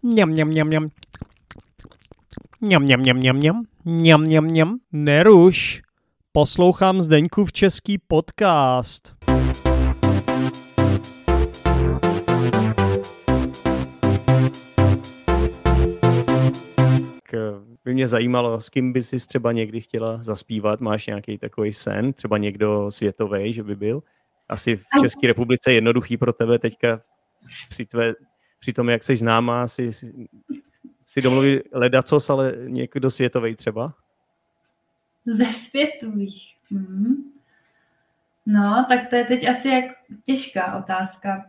Mňam, mňam, mňam, mňam. Mňam, mňam, mňam, mňam, mňam. Mňam, mňam, mňam. Neruš. Poslouchám Zdeňkův český podcast. By mě zajímalo, s kým by si třeba někdy chtěla zaspívat. Máš nějaký takový sen? Třeba někdo světový, že by byl? Asi v České republice je jednoduchý pro tebe teďka při tom, jak jsi známá, si domluví ledacos, ale někdo světový třeba? Ze světových. No, tak to je teď asi jak těžká otázka.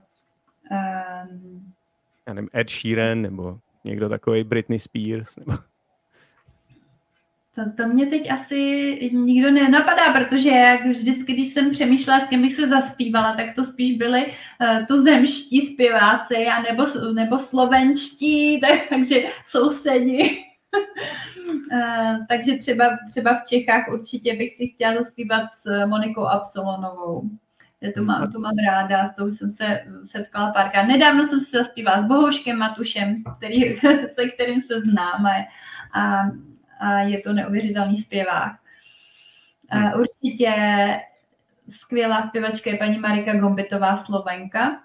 Já nevím, Ed Sheeran nebo někdo takový, Britney Spears nebo... To mě teď asi nikdo nenapadá, protože jak vždycky, když jsem přemýšlela, s kým bych se zaspívala, tak to spíš byli tuzemští zpěváci nebo slovenští, takže sousedi. Takže třeba v Čechách určitě bych si chtěla zaspívat s Monikou Absolonovou. Tu mám ráda, s tou jsem se setkala párkrát. Nedávno jsem se zaspívala s Bohouškem Matušem, se kterým se známe. A je to neuvěřitelný zpěvák. Určitě skvělá zpěvačka je paní Marika Gombitová, Slovenka,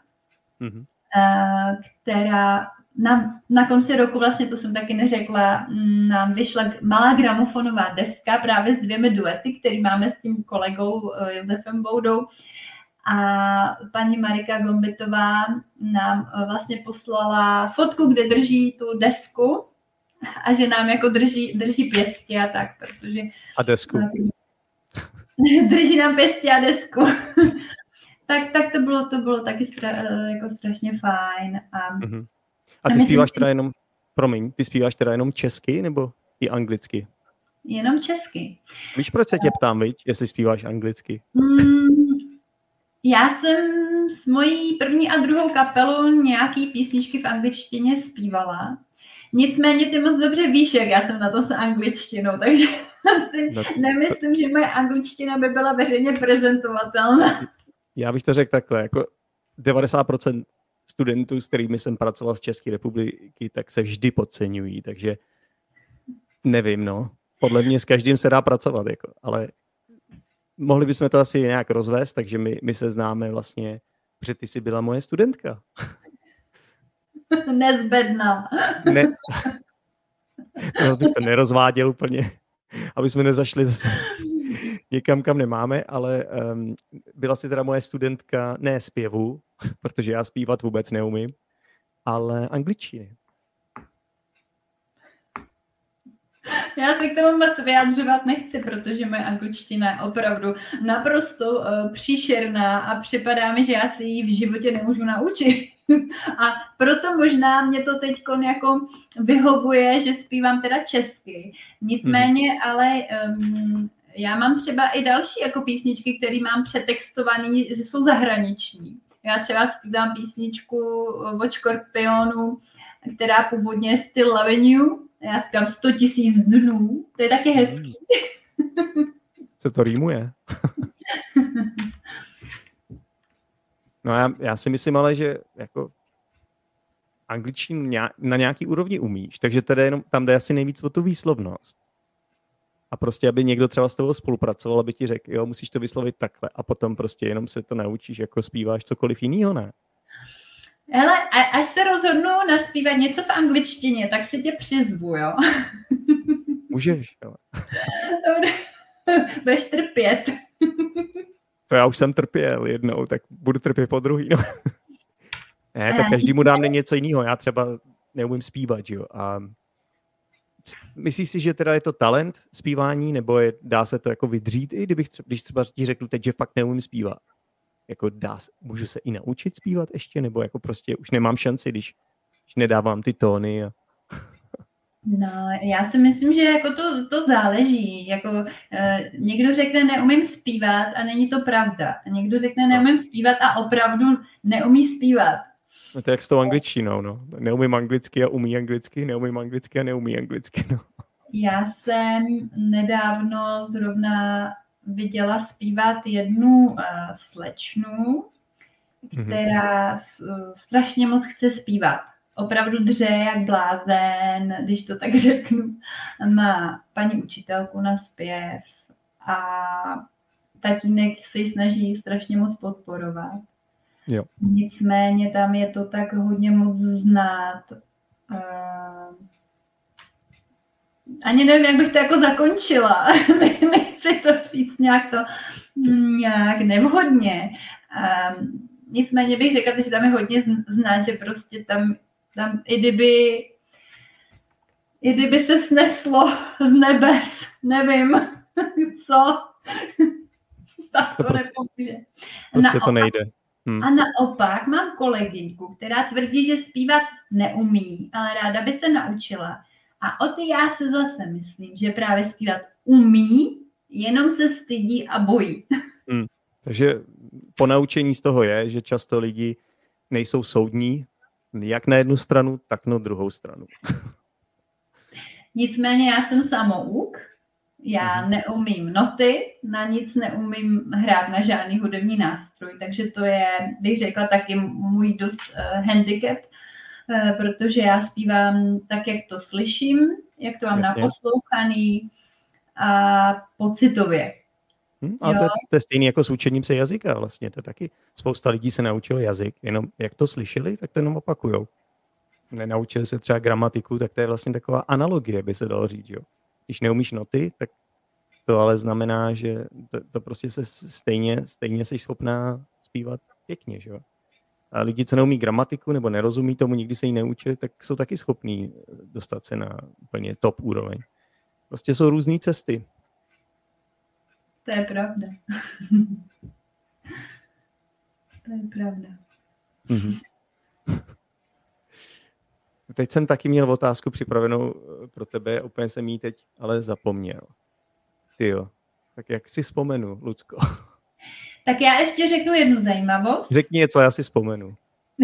která na konci roku, vlastně to jsem taky neřekla, nám vyšla malá gramofonová deska právě s 2 duety, který máme s tím kolegou Josefem Boudou. A paní Marika Gombitová nám vlastně poslala fotku, kde drží tu desku, a že nám jako drží pěstě a tak, protože... A desku. Drží nám pěstě a desku. tak to bylo taky jako strašně fajn. A ty zpíváš teda jenom, ty zpíváš teda jenom česky nebo i anglicky? Jenom česky. Víš, proč se tě ptám, viď, jestli zpíváš anglicky? Já jsem s mojí první a druhou kapelou nějaký písničky v angličtině zpívala. Nicméně ty moc dobře víš, jak já jsem na to s angličtinou, takže asi nemyslím, že moje angličtina by byla veřejně prezentovatelná. Já bych to řekl takhle, jako 90% studentů, s kterými jsem pracoval z České republiky, tak se vždy podceňují, takže nevím, no. Podle mě s každým se dá pracovat, jako, ale mohli bychom to asi nějak rozvést, takže my se známe vlastně, protože ty jsi byla moje studentka. Nezbedná. Ne. Já bych to nerozváděl úplně, aby jsme nezašli zase někam, kam nemáme, ale byla si teda moje studentka ne zpěvu, protože já zpívat vůbec neumím, ale angličtiny. Já se k tomu moc vyjadřovat nechci, protože moje angličtina je opravdu naprosto příšerná a připadá mi, že já si ji v životě nemůžu naučit. A proto možná mě to teď jako vyhovuje, že zpívám teda česky. Nicméně, ale já mám třeba i další jako písničky, které mám přetextované, že jsou zahraniční. Já třeba zpívám písničku od Škorpionu, která původně je Still Loving You. Já zpívám 100 000 dnů. To je taky hezký. Co to rýmuje? No já si myslím ale, že jako angličtinu na nějaký úrovni umíš, takže tam jde asi nejvíc o tu výslovnost. A prostě, aby někdo třeba s tebou spolupracoval, aby ti řekl, jo, musíš to vyslovit takhle a potom prostě jenom se to naučíš, jako zpíváš cokoliv jinýho, ne? Hele, až se rozhodnu naspívat něco v angličtině, tak si tě přizvu, jo? Můžeš, jo. Budeš trpět. To já už jsem trpěl jednou, tak budu trpět po druhý, no. Ne, tak každému dám něco jiného. Já třeba neumím zpívat, jo. A myslíš si, že teda je to talent zpívání, nebo dá se to jako vydřít i, když třeba ti řeknu teď, že fakt neumím zpívat? Jako můžu se i naučit zpívat ještě, nebo jako prostě už nemám šanci, když nedávám ty tóny. No, já si myslím, že jako to záleží. Jako, někdo řekne, neumím zpívat a není to pravda. A někdo řekne, neumím zpívat a opravdu neumí zpívat. No to je jak s tou angličtinou, no. Neumím anglicky a umí anglicky, neumím anglicky a neumí anglicky, no. Já jsem nedávno zrovna viděla zpívat jednu slečnu, která strašně moc chce zpívat. opravdu dře jak blázen, když to tak řeknu. Má paní učitelku na zpěv a tatínek se ji snaží strašně moc podporovat. Jo. Nicméně tam je to tak hodně moc znát. Ani nevím, jak bych to jako zakončila. Nechci to říct nějak nevhodně. Nicméně bych řekla, že tam je hodně znát, že prostě tam i kdyby se sneslo z nebes, nevím, co, tak to nepomůže. Prostě to nejde. A naopak mám kolegyňku, která tvrdí, že zpívat neumí, ale ráda by se naučila. A o ty já se zase myslím, že právě zpívat umí, jenom se stydí a bojí. Takže ponaučení z toho je, že často lidi nejsou soudní, jak na jednu stranu, tak na druhou stranu. Nicméně já jsem samouk, já neumím noty, na nic neumím hrát na žádný hudební nástroj, takže to je, bych řekla, taky můj dost handicap, protože já zpívám tak, jak to slyším, jak to mám naposlouchaný a pocitově. A to je stejný jako s učením se jazyka vlastně. To je taky spousta lidí se naučilo jazyk, jenom jak to slyšeli, tak to jenom opakujou. Nenaučili se třeba gramatiku, tak to je vlastně taková analogie, by se dalo říct. Jo? Když neumíš noty, tak to ale znamená, že to prostě se stejně jsi schopná zpívat pěkně. Že jo? A lidi, co neumí gramatiku nebo nerozumí tomu, nikdy se jí neučili, tak jsou taky schopní dostat se na úplně top úroveň. Prostě jsou různé cesty. To je pravda. To je pravda. Teď jsem taky měl otázku připravenou pro tebe, úplně jsem jí teď ale zapomněl. Tyjo, tak jak si vzpomenu, Lucko? Tak já ještě řeknu jednu zajímavost. Řekni něco, já si vzpomenu.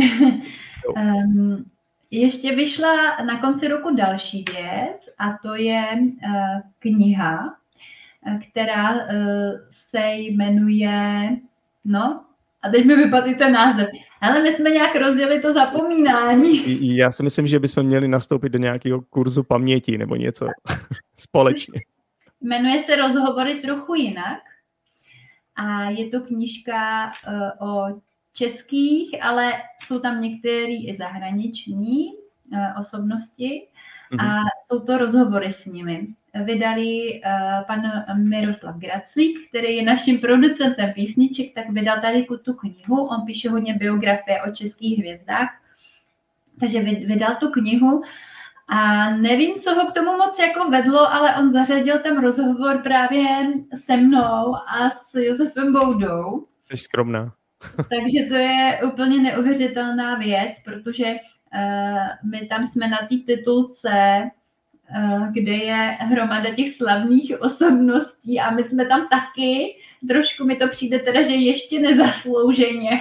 Ještě vyšla na konci roku další věc a to je kniha, která se jmenuje, a teď mi vypadl ten název. Ale my jsme nějak rozjeli to zapomínání. Já si myslím, že bychom měli nastoupit do nějakého kurzu paměti nebo něco společně. Jmenuje se Rozhovory trochu jinak a je to knížka o českých, ale jsou tam některé i zahraniční osobnosti a jsou to rozhovory s nimi. Vydali pan Miroslav Graclík, který je naším producentem písniček, tak vydal tady tu knihu. On píše hodně biografie o českých hvězdách, takže vydal tu knihu a nevím, co ho k tomu moc jako vedlo, ale on zařadil tam rozhovor právě se mnou a s Josefem Boudou. Jsi skromná. Takže to je úplně neuvěřitelná věc, protože my tam jsme na té titulce, kde je hromada těch slavných osobností a my jsme tam taky, trošku mi to přijde teda, že ještě nezaslouženě.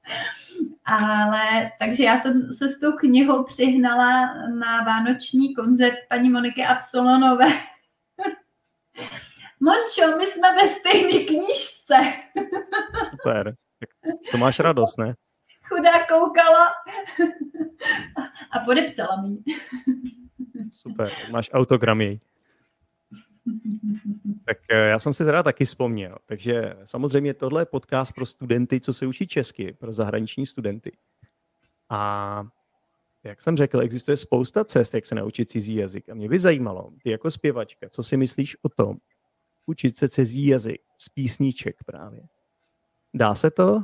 Ale takže já jsem se s tou knihou přihnala na vánoční koncert paní Moniky Absolonové. Mončo, my jsme ve stejné knížce. Super, to máš radost, ne? Chudá koukala a podepsala mi. Super, máš autogram jej. Tak já jsem si teda taky vzpomněl. Takže samozřejmě tohle je podcast pro studenty, co se učí česky, pro zahraniční studenty. A jak jsem řekl, existuje spousta cest, jak se naučit cizí jazyk. A mě by zajímalo, ty jako zpěvačka, co si myslíš o tom, učit se cizí jazyk z písniček právě. Dá se to?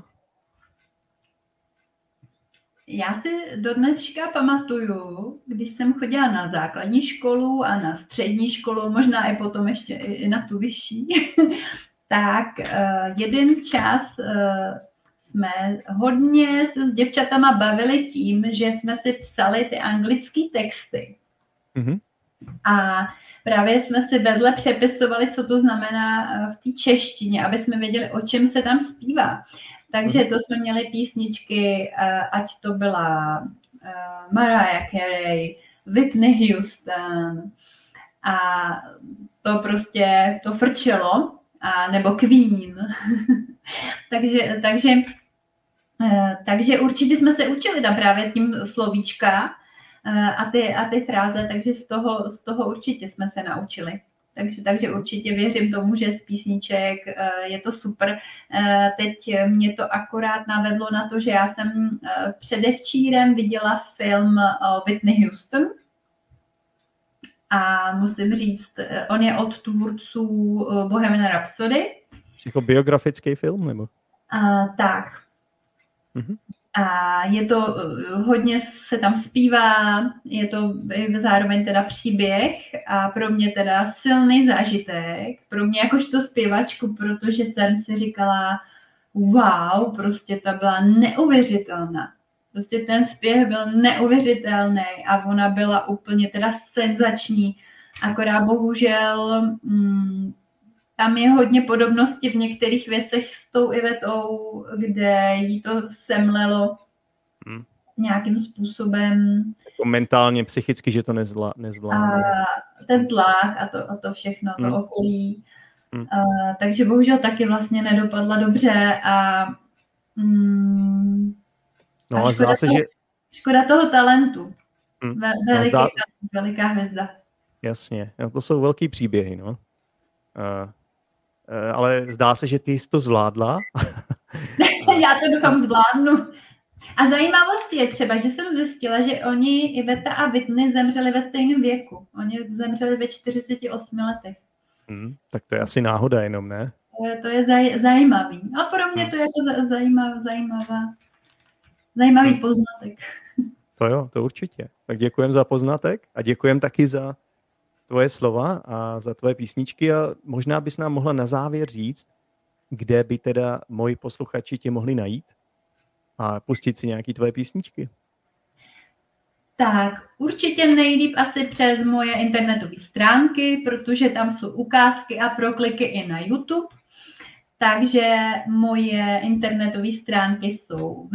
Já si do dneška pamatuju, když jsem chodila na základní školu a na střední školu, možná i potom ještě i na tu vyšší, tak jeden čas jsme hodně se s děvčatama bavili tím, že jsme si psali ty anglické texty. Mm-hmm. A právě jsme si vedle přepisovali, co to znamená v té češtině, aby jsme věděli, o čem se tam zpívá. Takže to jsme měli písničky, ať to byla Mariah Carey, Whitney Houston a to prostě to frčelo, nebo Queen. takže určitě jsme se učili tam právě tím slovíčka a ty fráze, takže z toho určitě jsme se naučili. Takže určitě věřím tomu, že z písniček je to super. Teď mě to akorát navedlo na to, že já jsem předevčírem viděla film Whitney Houston a musím říct, on je od tvůrců Bohemian Rhapsody. Jako biografický film, nebo? Tak. Mm-hmm. A je to, hodně se tam zpívá, je to zároveň teda příběh a pro mě teda silný zážitek, pro mě jakožto zpěvačku, protože jsem si říkala, wow, prostě ta byla neuvěřitelná. Prostě ten zpěv byl neuvěřitelný a ona byla úplně teda senzační, akorát bohužel tam je hodně podobnosti v některých věcech s tou Ivetou, kde jí to semlelo nějakým způsobem. Jako mentálně, psychicky, že to nezvládne. Ten tlak a to všechno, to okolí. Takže bohužel taky vlastně nedopadla dobře a no a zdá se, že... Škoda toho talentu. Veliká hvězda. Jasně, no, to jsou velký příběhy, no. Ale zdá se, že ty jsi to zvládla. Já to doufám zvládnu. A zajímavost je třeba, že jsem zjistila, že oni, Iveta a Whitney, zemřeli ve stejném věku. Oni zemřeli ve 48 letech. Tak to je asi náhoda jenom, ne? To je zajímavý. A pro mě to je jako zajímavý poznatek. To jo, to určitě. Tak děkujem za poznatek a děkujem taky za tvoje slova a za tvoje písničky a možná bys nám mohla na závěr říct, kde by teda moji posluchači tě mohli najít a pustit si nějaký tvoje písničky. Tak, určitě nejlíp asi přes moje internetové stránky, protože tam jsou ukázky a prokliky i na YouTube. Takže moje internetové stránky jsou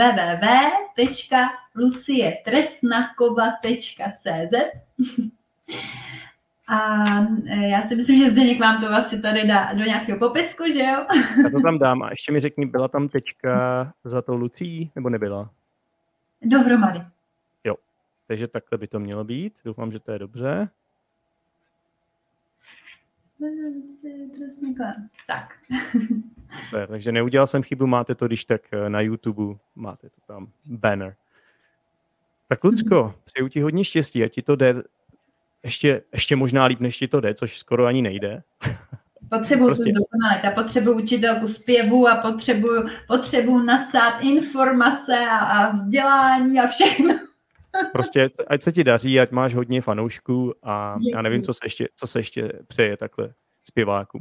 www.lucietresnakova.cz A já si myslím, že Zdeněk vám to asi tady dá do nějakého popisku, že jo? Já to tam dám. A ještě mi řekni, byla tam tečka za tou Lucí, nebo nebyla? Dohromady. Jo, takže takhle by to mělo být. Doufám, že to je dobře. Tak. Super, takže neudělal jsem chybu, máte to, když tak na YouTube, máte to tam, banner. Tak Lucko, přeju ti hodně štěstí, ať ti to jde ještě možná líp, než ti to jde, což skoro ani nejde. Potřebuji se dokonalit a potřebuji učitelku zpěvu a potřebuji nasát informace a vzdělání a všechno. Prostě ať se ti daří, ať máš hodně fanoušků a děkuji. Já nevím, co se ještě přeje takhle zpěvákům.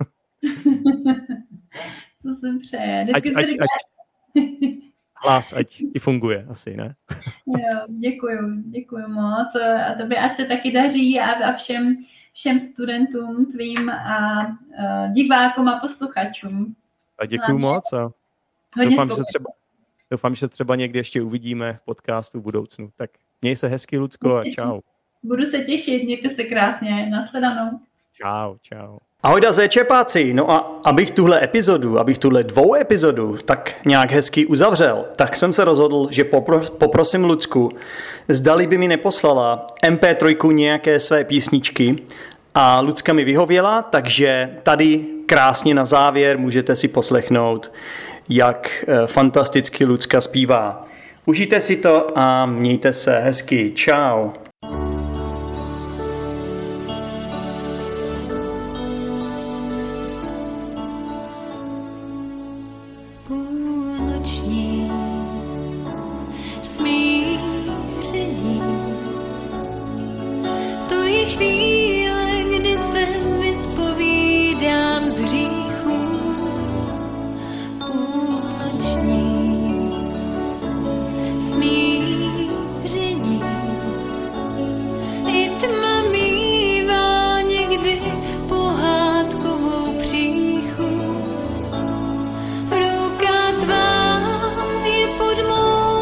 Co se přeje? Hlas, ať ti funguje asi, ne? Jo, děkuju moc a tobě ať se taky daří a všem studentům tvým a divákům a posluchačům. A děkuju moc a doufám, že se třeba někdy ještě uvidíme v podcastu v budoucnu. Tak měj se hezky, Lucko, a čau. Budu se těšit, mějte se krásně, nashledanou. Čau. Ahoj dazé čepáci, no a abych tuhle dvou epizodu tak nějak hezky uzavřel, tak jsem se rozhodl, že poprosím Lucku, zdali by mi neposlala MP3 nějaké své písničky a Lucka mi vyhověla, takže tady krásně na závěr můžete si poslechnout, jak fantasticky Lucka zpívá. Užijte si to a mějte se hezky. Čau.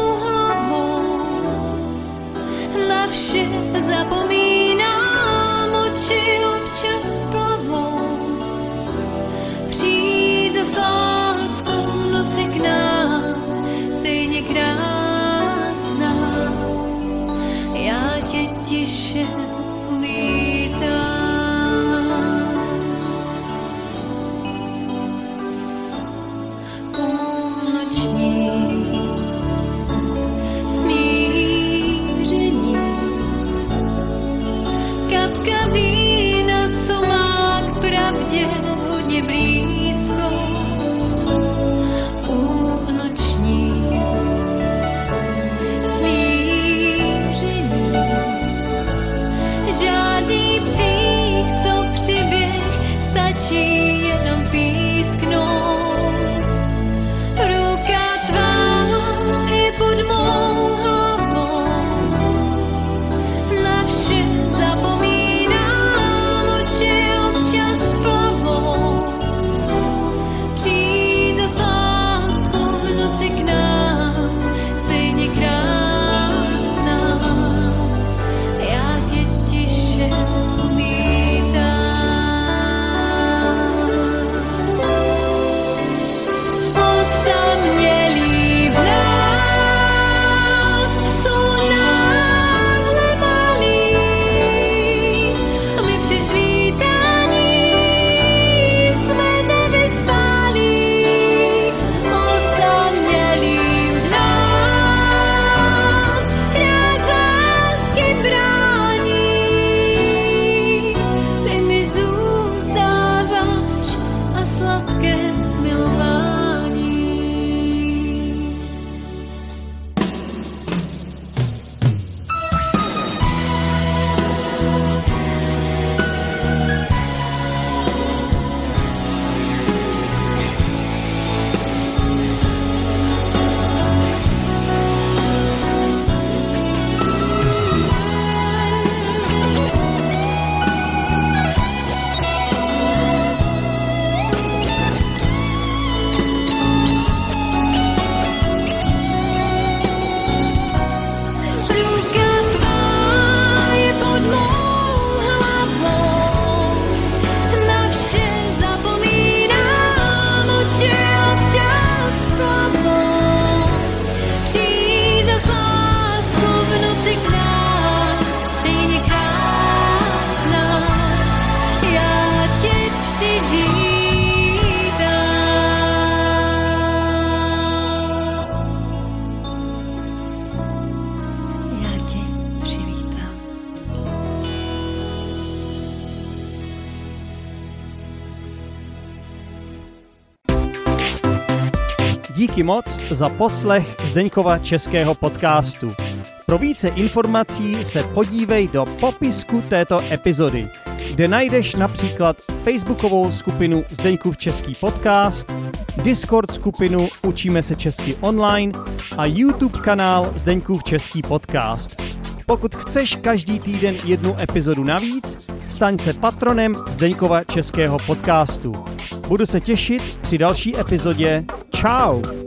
Zapomínám Díky moc za poslech Zdeňkova českého podcastu. Pro více informací se podívej do popisku této epizody, kde najdeš například facebookovou skupinu Zdeňkův český podcast, Discord skupinu Učíme se česky online a YouTube kanál Zdeňkův český podcast. Pokud chceš každý týden jednu epizodu navíc, staň se patronem Zdeňkova českého podcastu. Budu se těšit při další epizodě. Čau!